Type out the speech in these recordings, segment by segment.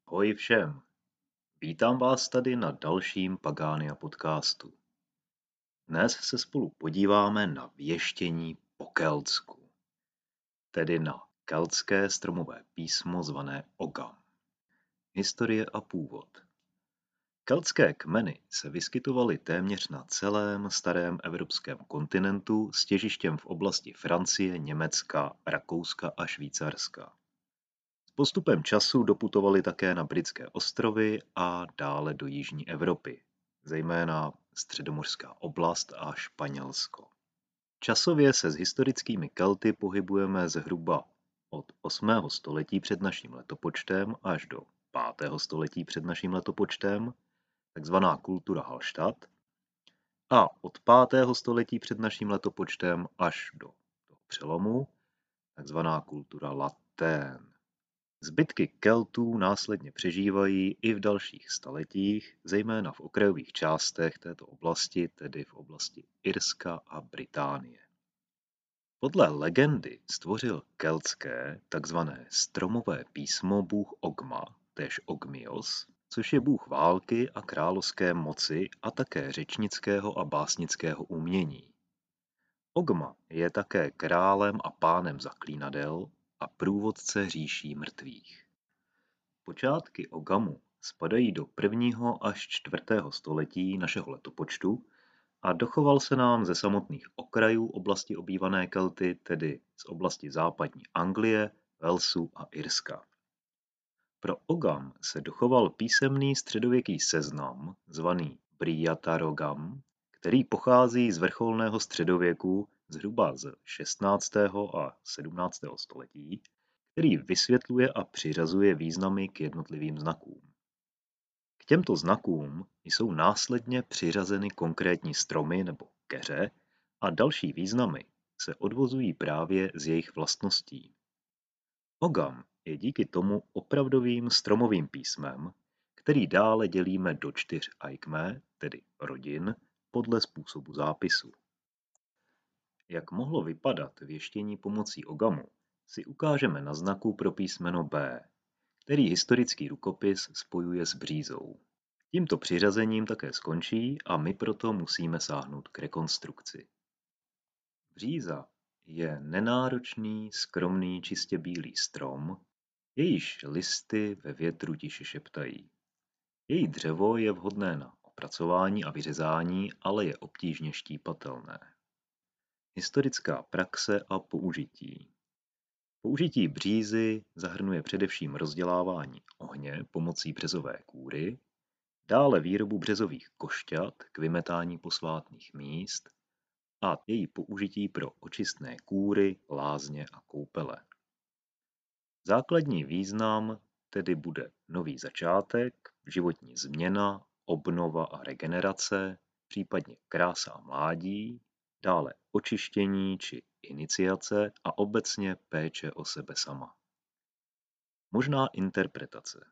Ahoj všem, vítám vás tady na dalším Pagánia podcastu. Dnes se spolu podíváme na věštění po keltsku, tedy na keltské stromové písmo zvané Ogam. Historie a původ. Keltské kmeny se vyskytovaly téměř na celém starém evropském kontinentu s těžištěm v oblasti Francie, Německa, Rakouska a Švýcarska. Postupem času doputovali také na Britské ostrovy a dále do jižní Evropy, zejména středomořská oblast a Španělsko. Časově se s historickými Kelty pohybujeme zhruba od 8. století před naším letopočtem až do 5. století před naším letopočtem, takzvaná kultura Hallstatt, a od 5. století před naším letopočtem až do toho přelomu, takzvaná kultura Latén. Zbytky Keltů následně přežívají i v dalších staletích, zejména v okrajových částech této oblasti, tedy v oblasti Irska a Británie. Podle legendy stvořil keltské, takzvané stromové písmo bůh Ogma, též Ogmios, což je bůh války a královské moci a také řečnického a básnického umění. Ogma je také králem a pánem zaklínadel a průvodce říší mrtvých. Počátky Ogamu spadají do 1. až 4. století našeho letopočtu a dochoval se nám ze samotných okrajů oblasti obývané Kelty, tedy z oblasti západní Anglie, Walesu a Irska. Pro Ogam se dochoval písemný středověký seznam zvaný Briatarogam, který pochází z vrcholného středověku zhruba z 16. a 17. století, který vysvětluje a přiřazuje významy k jednotlivým znakům. K těmto znakům jsou následně přiřazeny konkrétní stromy nebo keře a další významy se odvozují právě z jejich vlastností. Ogam je díky tomu opravdovým stromovým písmem, který dále dělíme do 4 aikmé, tedy rodin, podle způsobu zápisu. Jak mohlo vypadat věštění pomocí Ogamu, si ukážeme na znaku pro písmeno B, který historický rukopis spojuje s břízou. Tímto přiřazením také skončí a my proto musíme sáhnout k rekonstrukci. Bříza je nenáročný, skromný, čistě bílý strom, jejíž listy ve větru tiše šeptají. Její dřevo je vhodné na opracování a vyřezání, ale je obtížně štípatelné. Historická praxe a použití. Použití břízy zahrnuje především rozdělávání ohně pomocí březové kůry, dále výrobu březových košťat k vymetání posvátných míst a její použití pro očistné kůry, lázně a koupele. Základní význam tedy bude nový začátek, životní změna, obnova a regenerace, případně krása a mládí, dále očištění či iniciace a obecně péče o sebe sama. Možná interpretace.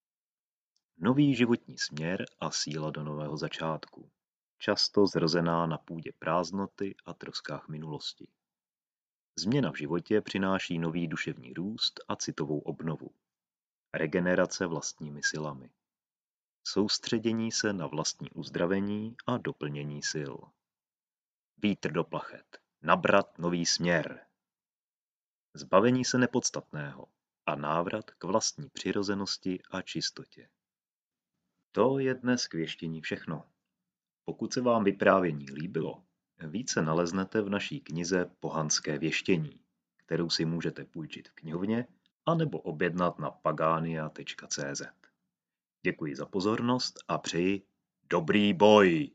Nový životní směr a síla do nového začátku, často zrozená na půdě prázdnoty a troskách minulosti. Změna v životě přináší nový duševní růst a citovou obnovu. Regenerace vlastními silami. Soustředění se na vlastní uzdravení a doplnění sil. Vítr do plachet. Nabrat nový směr. Zbavení se nepodstatného a návrat k vlastní přirozenosti a čistotě. To je dnes k věštění všechno. Pokud se vám vyprávění líbilo, více naleznete v naší knize Pohanské věštění, kterou si můžete půjčit v knihovně anebo objednat na pagania.cz. Děkuji za pozornost a přeji dobrý boj!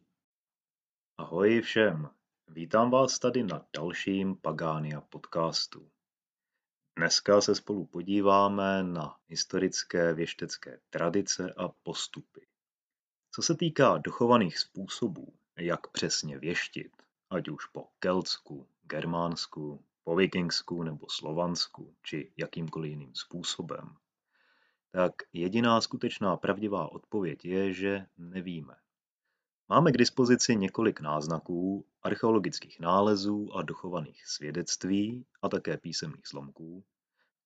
Ahoj všem, vítám vás tady na dalším Pagania podcastu. Dneska se spolu podíváme na historické věštecké tradice a postupy. Co se týká dochovaných způsobů, jak přesně věštit, ať už po keltsku, germánsku, po vikingsku nebo slovansku, či jakýmkoliv jiným způsobem, tak jediná skutečná pravdivá odpověď je, že nevíme. Máme k dispozici několik náznaků, archeologických nálezů a dochovaných svědectví a také písemných zlomků,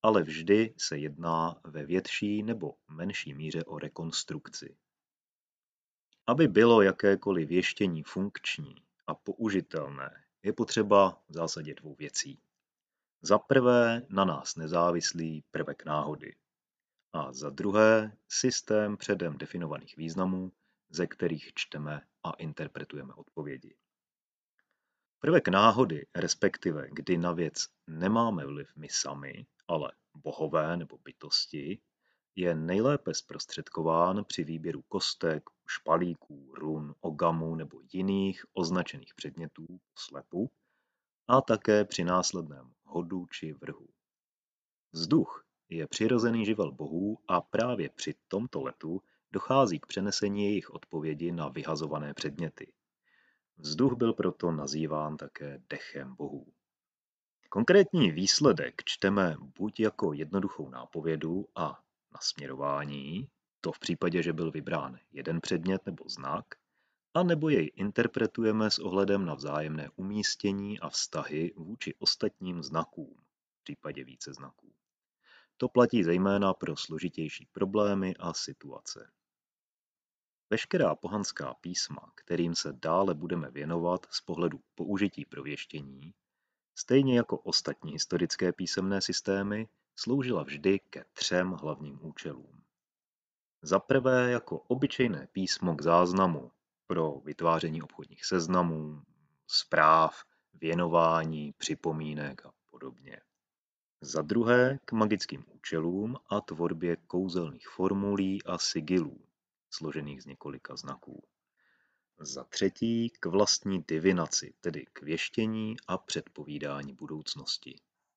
ale vždy se jedná ve větší nebo menší míře o rekonstrukci. Aby bylo jakékoliv věštění funkční a použitelné, je potřeba v zásadě dvou věcí. Za prvé na nás nezávislý prvek náhody a za druhé systém předem definovaných významů, ze kterých čteme a interpretujeme odpovědi. Prvek náhody, respektive kdy na věc nemáme vliv my sami, ale bohové nebo bytosti, je nejlépe zprostředkován při výběru kostek, špalíků, run, ogamů nebo jiných označených předmětů slepu a také při následném hodu či vrhu. Vzduch je přirozený živel bohů a právě při tomto letu dochází k přenesení jejich odpovědi na vyhazované předměty. Vzduch byl proto nazýván také dechem bohů. Konkrétní výsledek čteme buď jako jednoduchou nápovědu a nasměrování, to v případě, že byl vybrán jeden předmět nebo znak, a nebo jej interpretujeme s ohledem na vzájemné umístění a vztahy vůči ostatním znakům, v případě více znaků. To platí zejména pro složitější problémy a situace. Veškerá pohanská písma, kterým se dále budeme věnovat z pohledu použití pro věštění, stejně jako ostatní historické písemné systémy, sloužila vždy ke třem hlavním účelům. Za prvé jako obyčejné písmo k záznamu pro vytváření obchodních seznamů, zpráv, věnování, připomínek a podobně. Za druhé k magickým účelům a tvorbě kouzelných formulí a sigilů, složených z několika znaků. Za třetí k vlastní divinaci, tedy k věštění a předpovídání budoucnosti.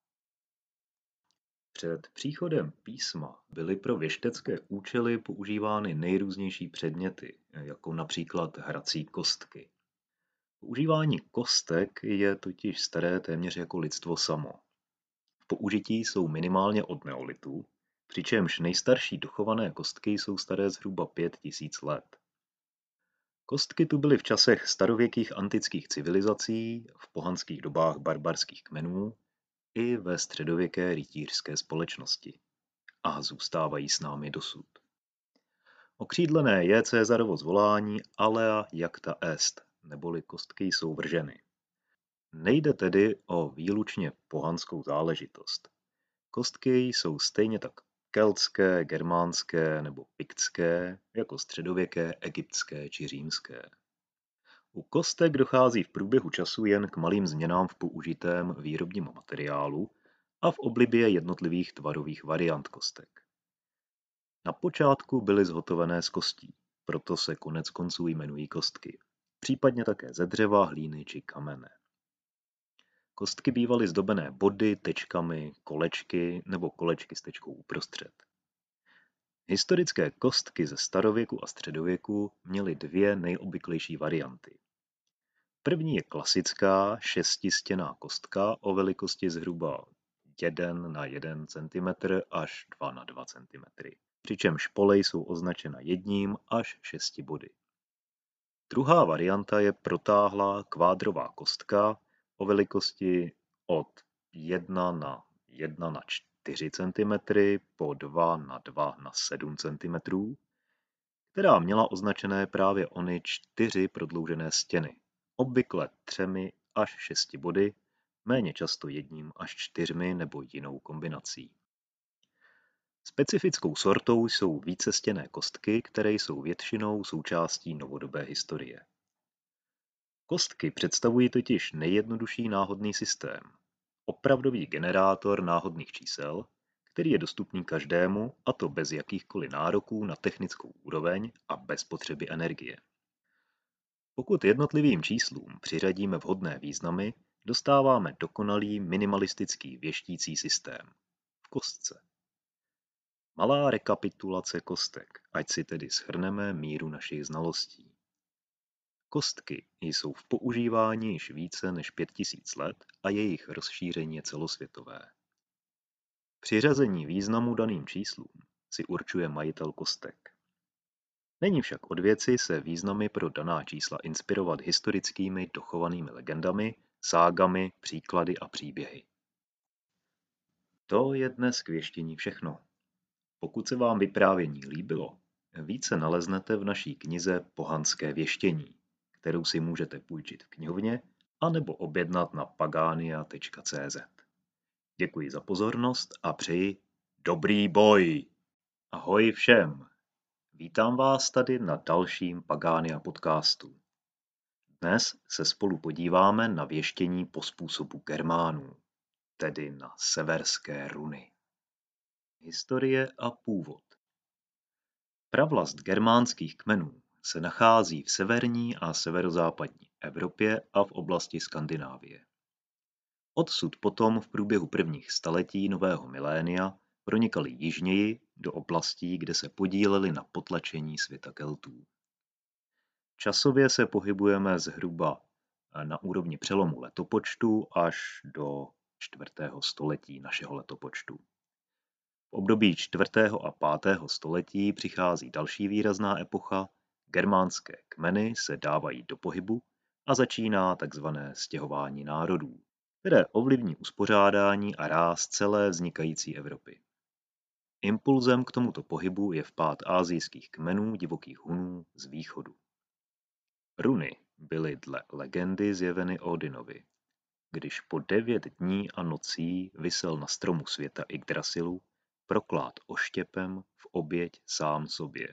Před příchodem písma byly pro věštecké účely používány nejrůznější předměty, jako například hrací kostky. Používání kostek je totiž staré téměř jako lidstvo samo. V použití jsou minimálně od neolitu, přičemž nejstarší dochované kostky jsou staré zhruba 5000 let. Kostky tu byly v časech starověkých antických civilizací, v pohanských dobách barbarských kmenů i ve středověké rytířské společnosti a zůstávají s námi dosud. Okřídlené je Caesarovo zvolání alea jacta est, neboli kostky jsou vrženy. Nejde tedy o výlučně pohanskou záležitost. Kostky jsou stejně tak keltské, germánské nebo piktské, jako středověké, egyptské či římské. U kostek dochází v průběhu času jen k malým změnám v použitém výrobním materiálu a v oblibě jednotlivých tvarových variant kostek. Na počátku byly zhotovené z kostí, proto se konec konců jmenují kostky, případně také ze dřeva, hlíny či kamene. Kostky bývaly zdobené body, tečkami, kolečky nebo kolečky s tečkou uprostřed. Historické kostky ze starověku a středověku měly dvě nejobvyklejší varianty. První je klasická šestistěnná kostka o velikosti zhruba 1 na 1 cm až 2 na 2 cm, přičemž pole jsou označena 1 až 6 body. Druhá varianta je protáhlá kvádrová kostka o velikosti od 1 na 1 na 4 cm po 2 na 2 na 7 cm, která měla označené právě ony 4 prodloužené stěny, obvykle 3 až 6 body, méně často 1 až 4 nebo jinou kombinací. Specifickou sortou jsou vícestěnné kostky, které jsou většinou součástí novodobé historie. Kostky představují totiž nejjednodušší náhodný systém, opravdový generátor náhodných čísel, který je dostupný každému, a to bez jakýchkoliv nároků na technickou úroveň a bez potřeby energie. Pokud jednotlivým číslům přiřadíme vhodné významy, dostáváme dokonalý minimalistický věštící systém v kostce. Malá rekapitulace kostek, ať si tedy shrneme míru našich znalostí. Kostky jsou v používání již více než 5000 let a jejich rozšíření je celosvětové. Přiřazení významu daným číslům si určuje majitel kostek. Není však od věci se významy pro daná čísla inspirovat historickými dochovanými legendami, ságami, příklady a příběhy. To je dnes k věštění všechno. Pokud se vám vyprávění líbilo, více naleznete v naší knize Pohanské věštění, kterou si můžete půjčit v knihovně anebo objednat na pagania.cz. Děkuji za pozornost a přeji dobrý boj! Ahoj všem! Vítám vás tady na dalším Pagania podcastu. Dnes se spolu podíváme na věštění po způsobu Germánů, tedy na severské runy. Historie a původ. Pravlast germánských kmenů se nachází v severní a severozápadní Evropě a v oblasti Skandinávie. Odsud potom v průběhu prvních staletí nového milénia pronikali jižněji do oblastí, kde se podíleli na potlačení světa Keltů. Časově se pohybujeme zhruba na úrovni přelomu letopočtu až do 4. století našeho letopočtu. V období 4. a 5. století přichází další výrazná epocha, germánské kmeny se dávají do pohybu a začíná tzv. Stěhování národů, které ovlivní uspořádání a ráz celé vznikající Evropy. Impulzem k tomuto pohybu je vpád asijských kmenů divokých Hunů z východu. Runy byly dle legendy zjeveny Odinovi, když po 9 dní a nocí visel na stromu světa Yggdrasilu, proklát oštěpem v oběť sám sobě.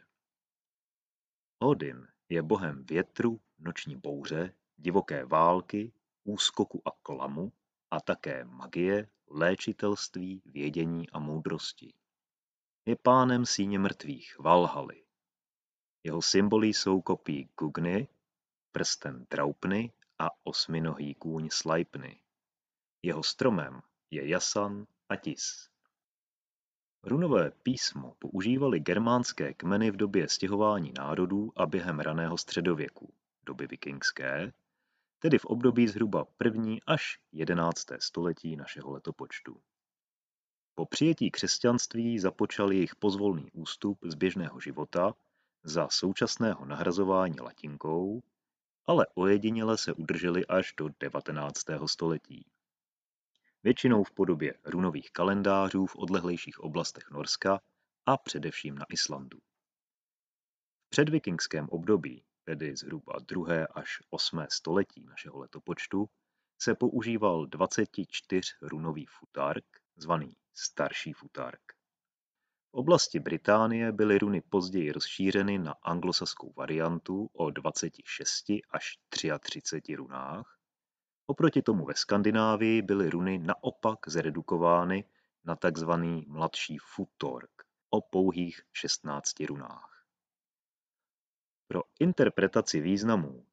Odin je bohem větru, noční bouře, divoké války, úskoku a klamu a také magie, léčitelství, vědění a moudrosti. Je pánem síně mrtvých, Valhaly. Jeho symboly jsou kopí Gugny, prsten Draupny a osminohý kůň Sleipny. Jeho stromem je jasan a tis. Runové písmo používaly germánské kmeny v době stěhování národů a během raného středověku, doby vikingské, tedy v období zhruba 1. až 11. století našeho letopočtu. Po přijetí křesťanství započal jejich pozvolný ústup z běžného života za současného nahrazování latinkou, ale ojediněle se udrželi až do 19. století. Většinou v podobě runových kalendářů v odlehlejších oblastech Norska a především na Islandu. V předvikingském období, tedy zhruba 2. až 8. století našeho letopočtu, se používal 24 runový futark, zvaný starší futark. V oblasti Británie byly runy později rozšířeny na anglosaskou variantu o 26 až 33 runách. Oproti tomu ve Skandinávii byly runy naopak zredukovány na tzv. Mladší futork o pouhých 16 runách. Pro interpretaci významů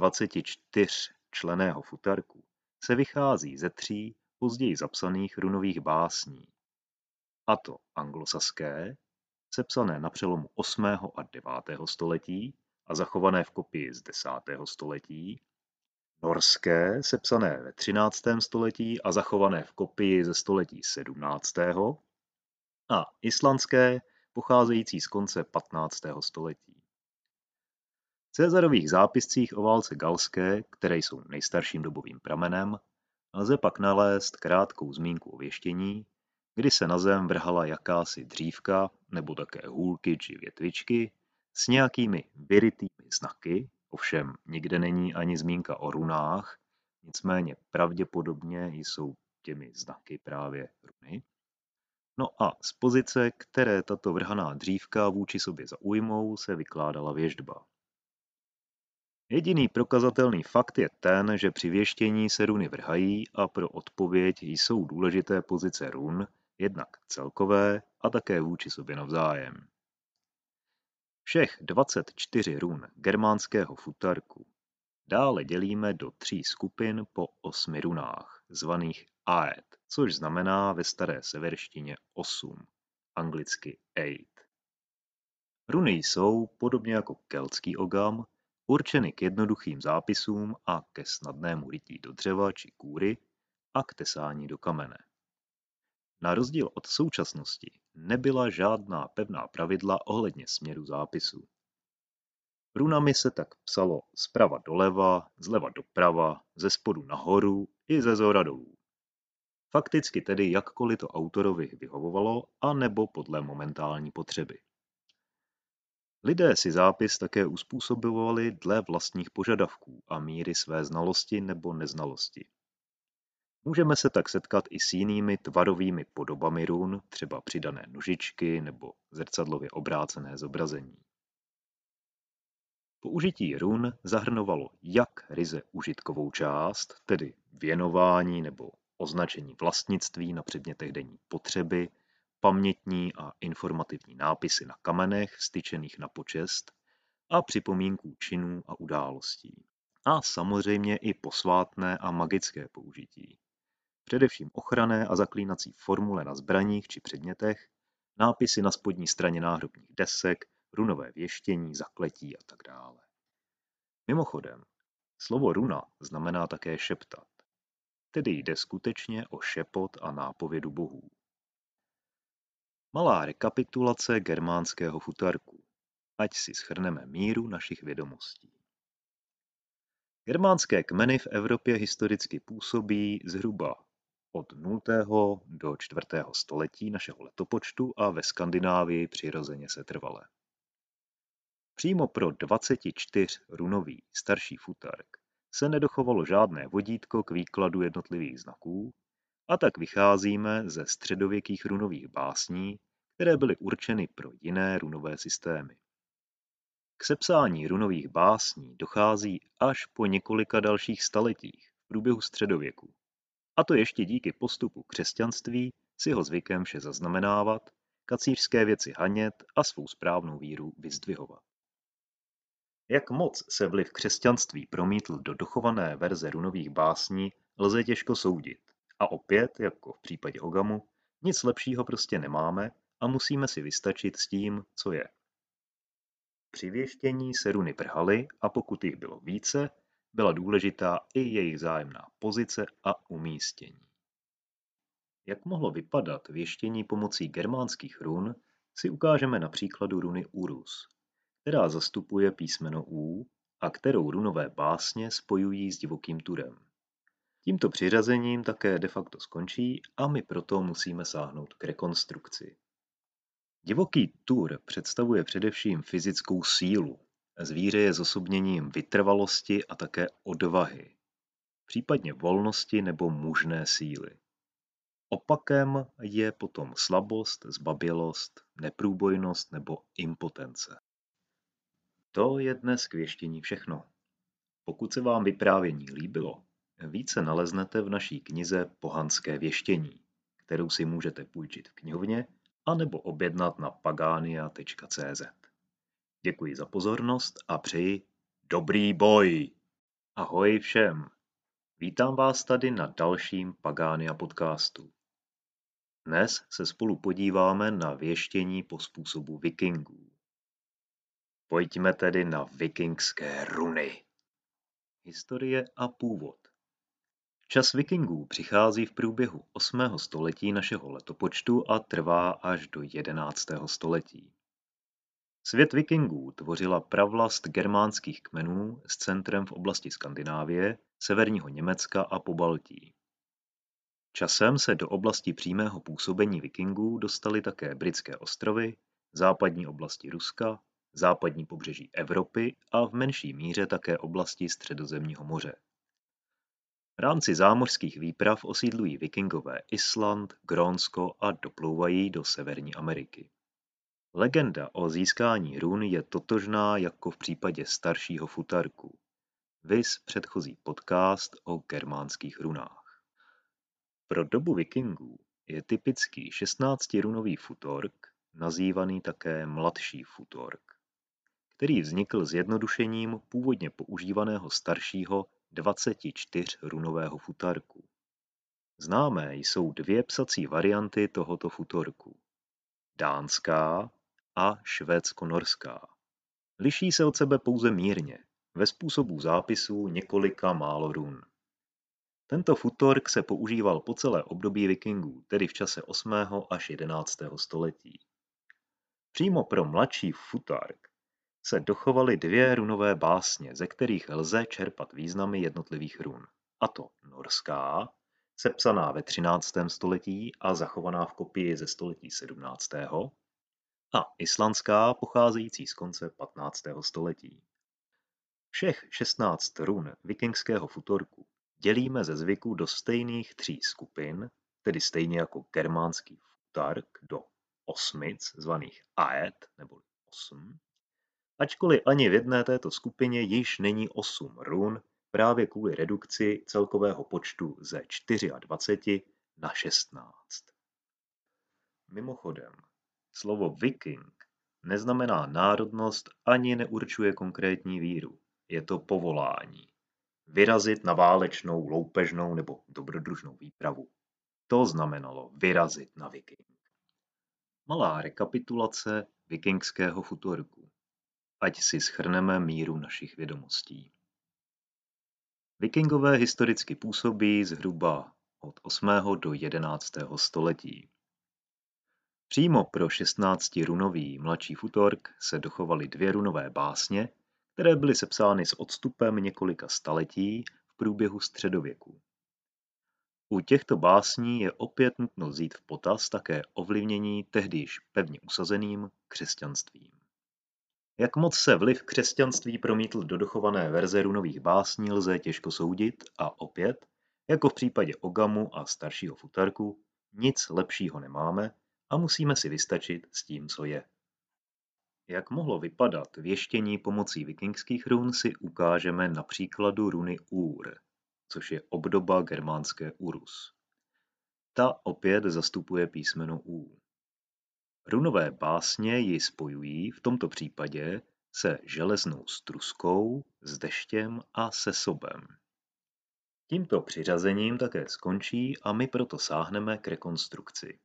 24členného futarku se vychází ze 3 později zapsaných runových básní, a to anglosaské, sepsané na přelomu 8. a 9. století a zachované v kopii z 10. století, norské, sepsané ve 13. století a zachované v kopii ze století 17. a islandské, pocházející z konce 15. století. V Caesarových zápiscích o válce galské, které jsou nejstarším dobovým pramenem, lze pak nalézt krátkou zmínku o věštění, kdy se na zem vrhala jakási dřívka nebo také hůlky či větvičky s nějakými vyrytými znaky, ovšem nikde není ani zmínka o runách, nicméně pravděpodobně jsou těmi znaky právě runy. No a z pozice, které tato vrhaná dřívka vůči sobě zaujmou, se vykládala věštba. Jediný prokazatelný fakt je ten, že při věštění se runy vrhají a pro odpověď jsou důležité pozice run, jednak celkové a také vůči sobě navzájem. Všech 24 run germánského futarku dále dělíme do 3 skupin po 8 runách, zvaných Aed, což znamená ve staré severštině 8, anglicky 8. Runy jsou, podobně jako keltský ogam, určeny k jednoduchým zápisům a ke snadnému rytí do dřeva či kůry a k tesání do kamene. Na rozdíl od současnosti nebyla žádná pevná pravidla ohledně směru zápisu. Runami se tak psalo zprava doleva, zleva doprava, ze spodu nahoru i ze zhora dolů. Fakticky tedy jakkoliv to autorovi vyhovovalo, anebo podle momentální potřeby. Lidé si zápis také uspůsobovali dle vlastních požadavků a míry své znalosti nebo neznalosti. Můžeme se tak setkat i s jinými tvarovými podobami run, třeba přidané nožičky nebo zrcadlově obrácené zobrazení. Použití run zahrnovalo jak ryze užitkovou část, tedy věnování nebo označení vlastnictví na předmětech denní potřeby, pamětní a informativní nápisy na kamenech vstyčených na počest a připomínku činů a událostí. A samozřejmě i posvátné a magické použití. Především ochranné a zaklínací formule na zbraních či předmětech, nápisy na spodní straně náhrobních desek, runové věštění, zakletí a tak dále. Mimochodem, slovo runa znamená také šeptat, tedy jde skutečně o šepot a nápovědu bohů. Malá rekapitulace germánského futarku, ať si shrneme míru našich vědomostí. Germánské kmeny v Evropě historicky působí zhruba od 0. do 4. století našeho letopočtu a ve Skandinávii přirozeně setrvale. Přímo pro 24 runový starší futark se nedochovalo žádné vodítko k výkladu jednotlivých znaků, a tak vycházíme ze středověkých runových básní, které byly určeny pro jiné runové systémy. K sepsání runových básní dochází až po několika dalších staletích v průběhu středověku, a to ještě díky postupu křesťanství s jeho zvykem vše zaznamenávat, kacířské věci hanět a svou správnou víru vyzdvihovat. Jak moc se vliv křesťanství promítl do dochované verze runových básní, lze těžko soudit. A opět, jako v případě Ogamu, nic lepšího prostě nemáme a musíme si vystačit s tím, co je. Při věštění se runy vrhaly a pokud jich bylo více, byla důležitá i jejich vzájemná pozice a umístění. Jak mohlo vypadat věštění pomocí germánských run, si ukážeme na příkladu runy Urus, která zastupuje písmeno U a kterou runové básně spojují s divokým turem. Tímto přiřazením také de facto skončí a my proto musíme sáhnout k rekonstrukci. Divoký tur představuje především fyzickou sílu. Zvíře je zosobněním vytrvalosti a také odvahy, případně volnosti nebo mužné síly. Opakem je potom slabost, zbabělost, neprůbojnost nebo impotence. To je dnes k věštění všechno. Pokud se vám vyprávění líbilo, více naleznete v naší knize Pohanské věštění, kterou si můžete půjčit v knihovně anebo objednat na pagania.cz. Děkuji za pozornost a přeji dobrý boj! Ahoj všem! Vítám vás tady na dalším Pagania podcastu. Dnes se spolu podíváme na věštění po způsobu vikingů. Pojďme tedy na vikingské runy. Historie a původ. Čas vikingů přichází v průběhu 8. století našeho letopočtu a trvá až do 11. století. Svět vikingů tvořila pravlast germánských kmenů s centrem v oblasti Skandinávie, severního Německa a Pobaltí. Časem se do oblasti přímého působení vikingů dostaly také Britské ostrovy, západní oblasti Ruska, západní pobřeží Evropy a v menší míře také oblasti Středozemního moře. V rámci zámořských výprav osídlují vikingové Island, Grónsko a doplouvají do Severní Ameriky. Legenda o získání run je totožná jako v případě staršího futarku. Viz předchozí podcast o germánských runách. Pro dobu vikingů je typický 16runový futork, nazývaný také mladší futork, který vznikl zjednodušením původně používaného staršího 24runového futarku. Známé jsou dvě psací varianty tohoto futorku. Dánská a švédsko-norská. Liší se od sebe pouze mírně, ve způsobu zápisů několika málo run. Tento futork se používal po celé období vikingů, tedy v čase 8. až 11. století. Přímo pro mladší futark se dochovaly dvě runové básně, ze kterých lze čerpat významy jednotlivých run, a to norská, sepsaná ve 13. století a zachovaná v kopii ze století 17. a islandská pocházející z konce 15. století. Všech 16 run vikingského futorku dělíme ze zvyku do stejných 3 skupin, tedy stejně jako germánský futark do osmic, zvaných aet, nebo 8, ačkoliv ani v jedné této skupině již není 8 run, právě kvůli redukci celkového počtu ze 24 na 16. Mimochodem, slovo viking neznamená národnost ani neurčuje konkrétní víru. Je to povolání. Vyrazit na válečnou, loupežnou nebo dobrodružnou výpravu. To znamenalo vyrazit na viking. Malá rekapitulace vikingského futorku. Ať si shrneme míru našich vědomostí. Vikingové historicky působí zhruba od 8. do 11. století. Přímo pro 16runový mladší futork se dochovaly 2 runové básně, které byly sepsány s odstupem několika staletí v průběhu středověku. U těchto básní je opět nutno vzít v potaz také ovlivnění tehdy již pevně usazeným křesťanstvím. Jak moc se vliv křesťanství promítl do dochované verze runových básní, lze těžko soudit a opět, jako v případě Ogamu a staršího futarku, nic lepšího nemáme a musíme si vystačit s tím, co je. Jak mohlo vypadat věštění pomocí vikingských run, si ukážeme na příkladu runy Úr, což je obdoba germánské Urus. Ta opět zastupuje písmeno U. Runové básně ji spojují v tomto případě se železnou struskou, s deštěm a se sobem. Tímto přiřazením také skončí a my proto sáhneme k rekonstrukci.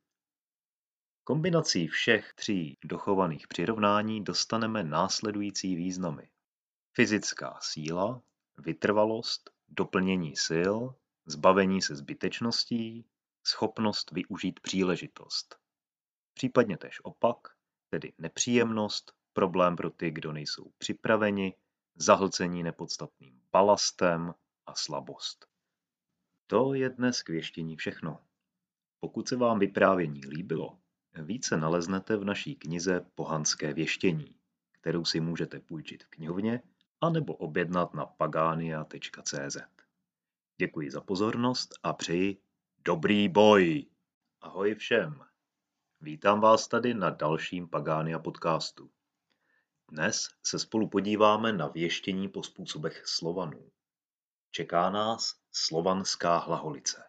Kombinací všech 3 dochovaných přirovnání dostaneme následující významy. Fyzická síla, vytrvalost, doplnění sil, zbavení se zbytečností, schopnost využít příležitost. Případně též opak, tedy nepříjemnost, problém pro ty, kdo nejsou připraveni, zahlcení nepodstatným balastem a slabost. To je dnes k věštění všechno. Pokud se vám vyprávění líbilo, více naleznete v naší knize Pohanské věštění, kterou si můžete půjčit v knihovně anebo objednat na pagania.cz. Děkuji za pozornost a přeji dobrý boj! Ahoj všem! Vítám vás tady na dalším Pagania podcastu. Dnes se spolu podíváme na věštění po způsobech Slovanů. Čeká nás slovanská hlaholice.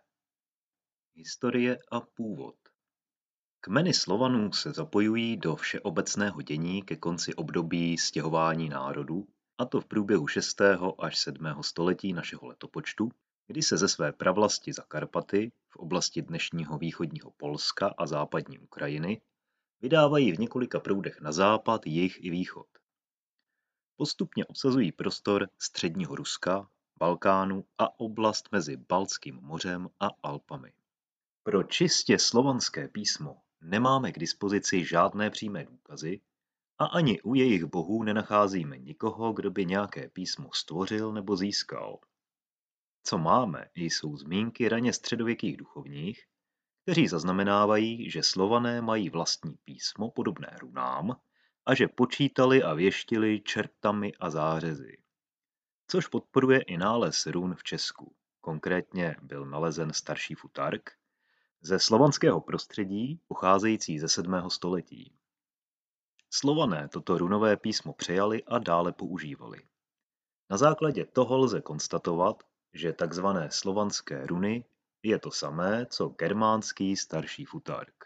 Historie a původ. Kmeny Slovanů se zapojují do všeobecného dění ke konci období stěhování národů, a to v průběhu 6. až 7. století našeho letopočtu, kdy se ze své pravlasti za Karpaty v oblasti dnešního východního Polska a západní Ukrajiny vydávají v několika proudech na západ, jih i východ. Postupně obsazují prostor středního Ruska, Balkánu a oblast mezi Baltským mořem a Alpami. Pro čistě slovanské písmo nemáme k dispozici žádné přímé důkazy a ani u jejich bohů nenacházíme nikoho, kdo by nějaké písmo stvořil nebo získal. Co máme, jsou zmínky raně středověkých duchovních, kteří zaznamenávají, že Slované mají vlastní písmo podobné runám a že počítali a věštili čertami a zářezy. Což podporuje i nález run v Česku. Konkrétně byl nalezen starší futark ze slovanského prostředí pocházející ze 7. století. Slované toto runové písmo přejali a dále používali. Na základě toho lze konstatovat, že tzv. Slovanské runy je to samé, co germánský starší futark.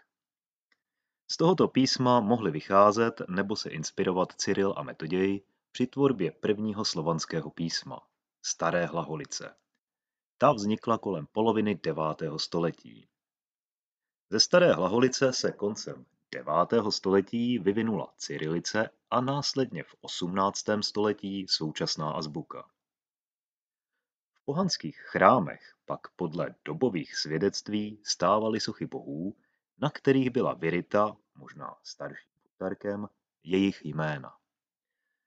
Z tohoto písma mohli vycházet nebo se inspirovat Cyril a Metoděj při tvorbě prvního slovanského písma, Staré hlaholice. Ta vznikla kolem poloviny 9. století. Ze Staré hlaholice se koncem 9. století vyvinula cyrilice a následně v 18. století současná azbuka. V pohanských chrámech pak podle dobových svědectví stávaly sochy bohů, na kterých byla vyryta, možná starším futarkem, jejich jména.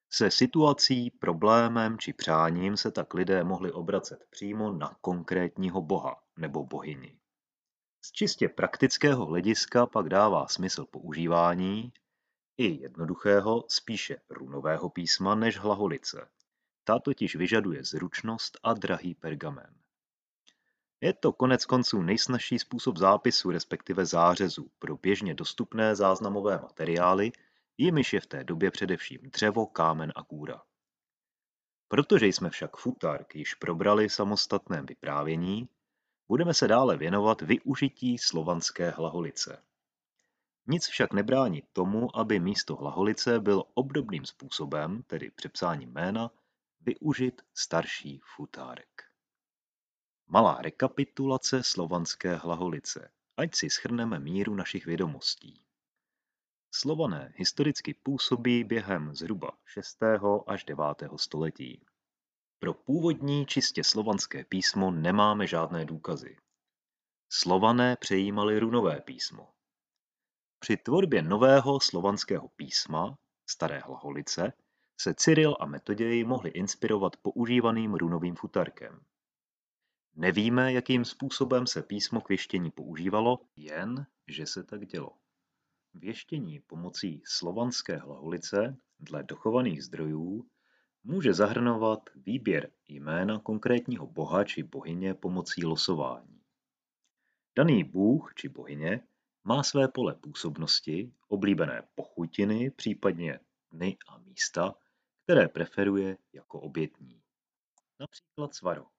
Se situací, problémem či přáním se tak lidé mohli obracet přímo na konkrétního boha nebo bohyni. Z čistě praktického hlediska pak dává smysl používání i jednoduchého, spíše runového písma než hlaholice. Ta totiž vyžaduje zručnost a drahý pergamen. Je to koneckonců nejsnazší způsob zápisu, respektive zářezu pro běžně dostupné záznamové materiály, jimiž je v té době především dřevo, kámen a kůra. Protože jsme však futark již probrali v samostatném vyprávění, budeme se dále věnovat využití slovanské hlaholice. Nic však nebrání tomu, aby místo hlaholice byl obdobným způsobem, tedy přepsáním jména, využit starší futárek. Malá rekapitulace slovanské hlaholice, ať si shrneme míru našich vědomostí. Slované historicky působí během zhruba 6. až 9. století. Pro původní čistě slovanské písmo nemáme žádné důkazy. Slované přejímali runové písmo. Při tvorbě nového slovanského písma, staré hlaholice, se Cyril a Metoděj mohli inspirovat používaným runovým futarkem. Nevíme, jakým způsobem se písmo k věštění používalo, jen, že se tak dělo. Věštění pomocí slovanské hlaholice, dle dochovaných zdrojů, může zahrnovat výběr jména konkrétního boha či bohyně pomocí losování. Daný bůh či bohyně má své pole působnosti, oblíbené pochutiny, případně dny a místa, které preferuje jako obětní. Například Svarog.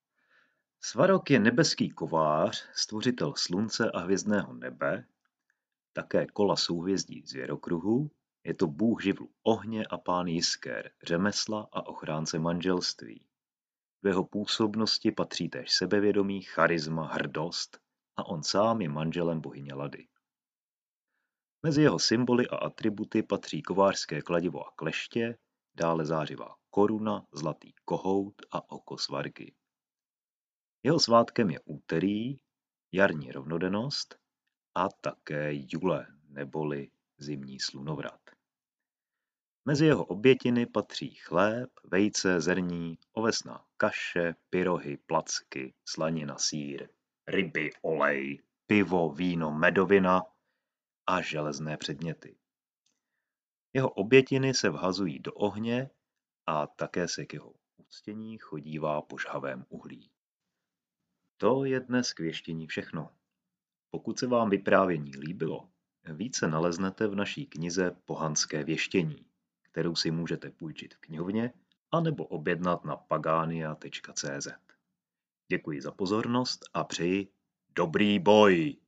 Svarog je nebeský kovář, stvořitel slunce a hvězdného nebe, také kola souhvězdí zvěrokruhu, je to bůh živlu ohně a pán jisker, řemesla a ochránce manželství. Do jeho působnosti patří též sebevědomí, charisma, hrdost a on sám je manželem bohyně Lady. Mezi jeho symboly a atributy patří kovářské kladivo a kleště, dále zářivá koruna, zlatý kohout a oko Svargy. Jeho svátkem je úterý, jarní rovnodennost a také jule neboli zimní slunovrat. Mezi jeho obětiny patří chléb, vejce, zrní, ovesná kaše, pyrohy, placky, slanina, sýr, ryby, olej, pivo, víno, medovina a železné předměty. Jeho obětiny se vhazují do ohně a také se k jeho uctění chodívá po žhavém uhlí. To je dnes k věštění všechno. Pokud se vám vyprávění líbilo, více naleznete v naší knize Pohanské věštění, kterou si můžete půjčit v knihovně anebo objednat na pagania.cz. Děkuji za pozornost a přeji dobrý boj!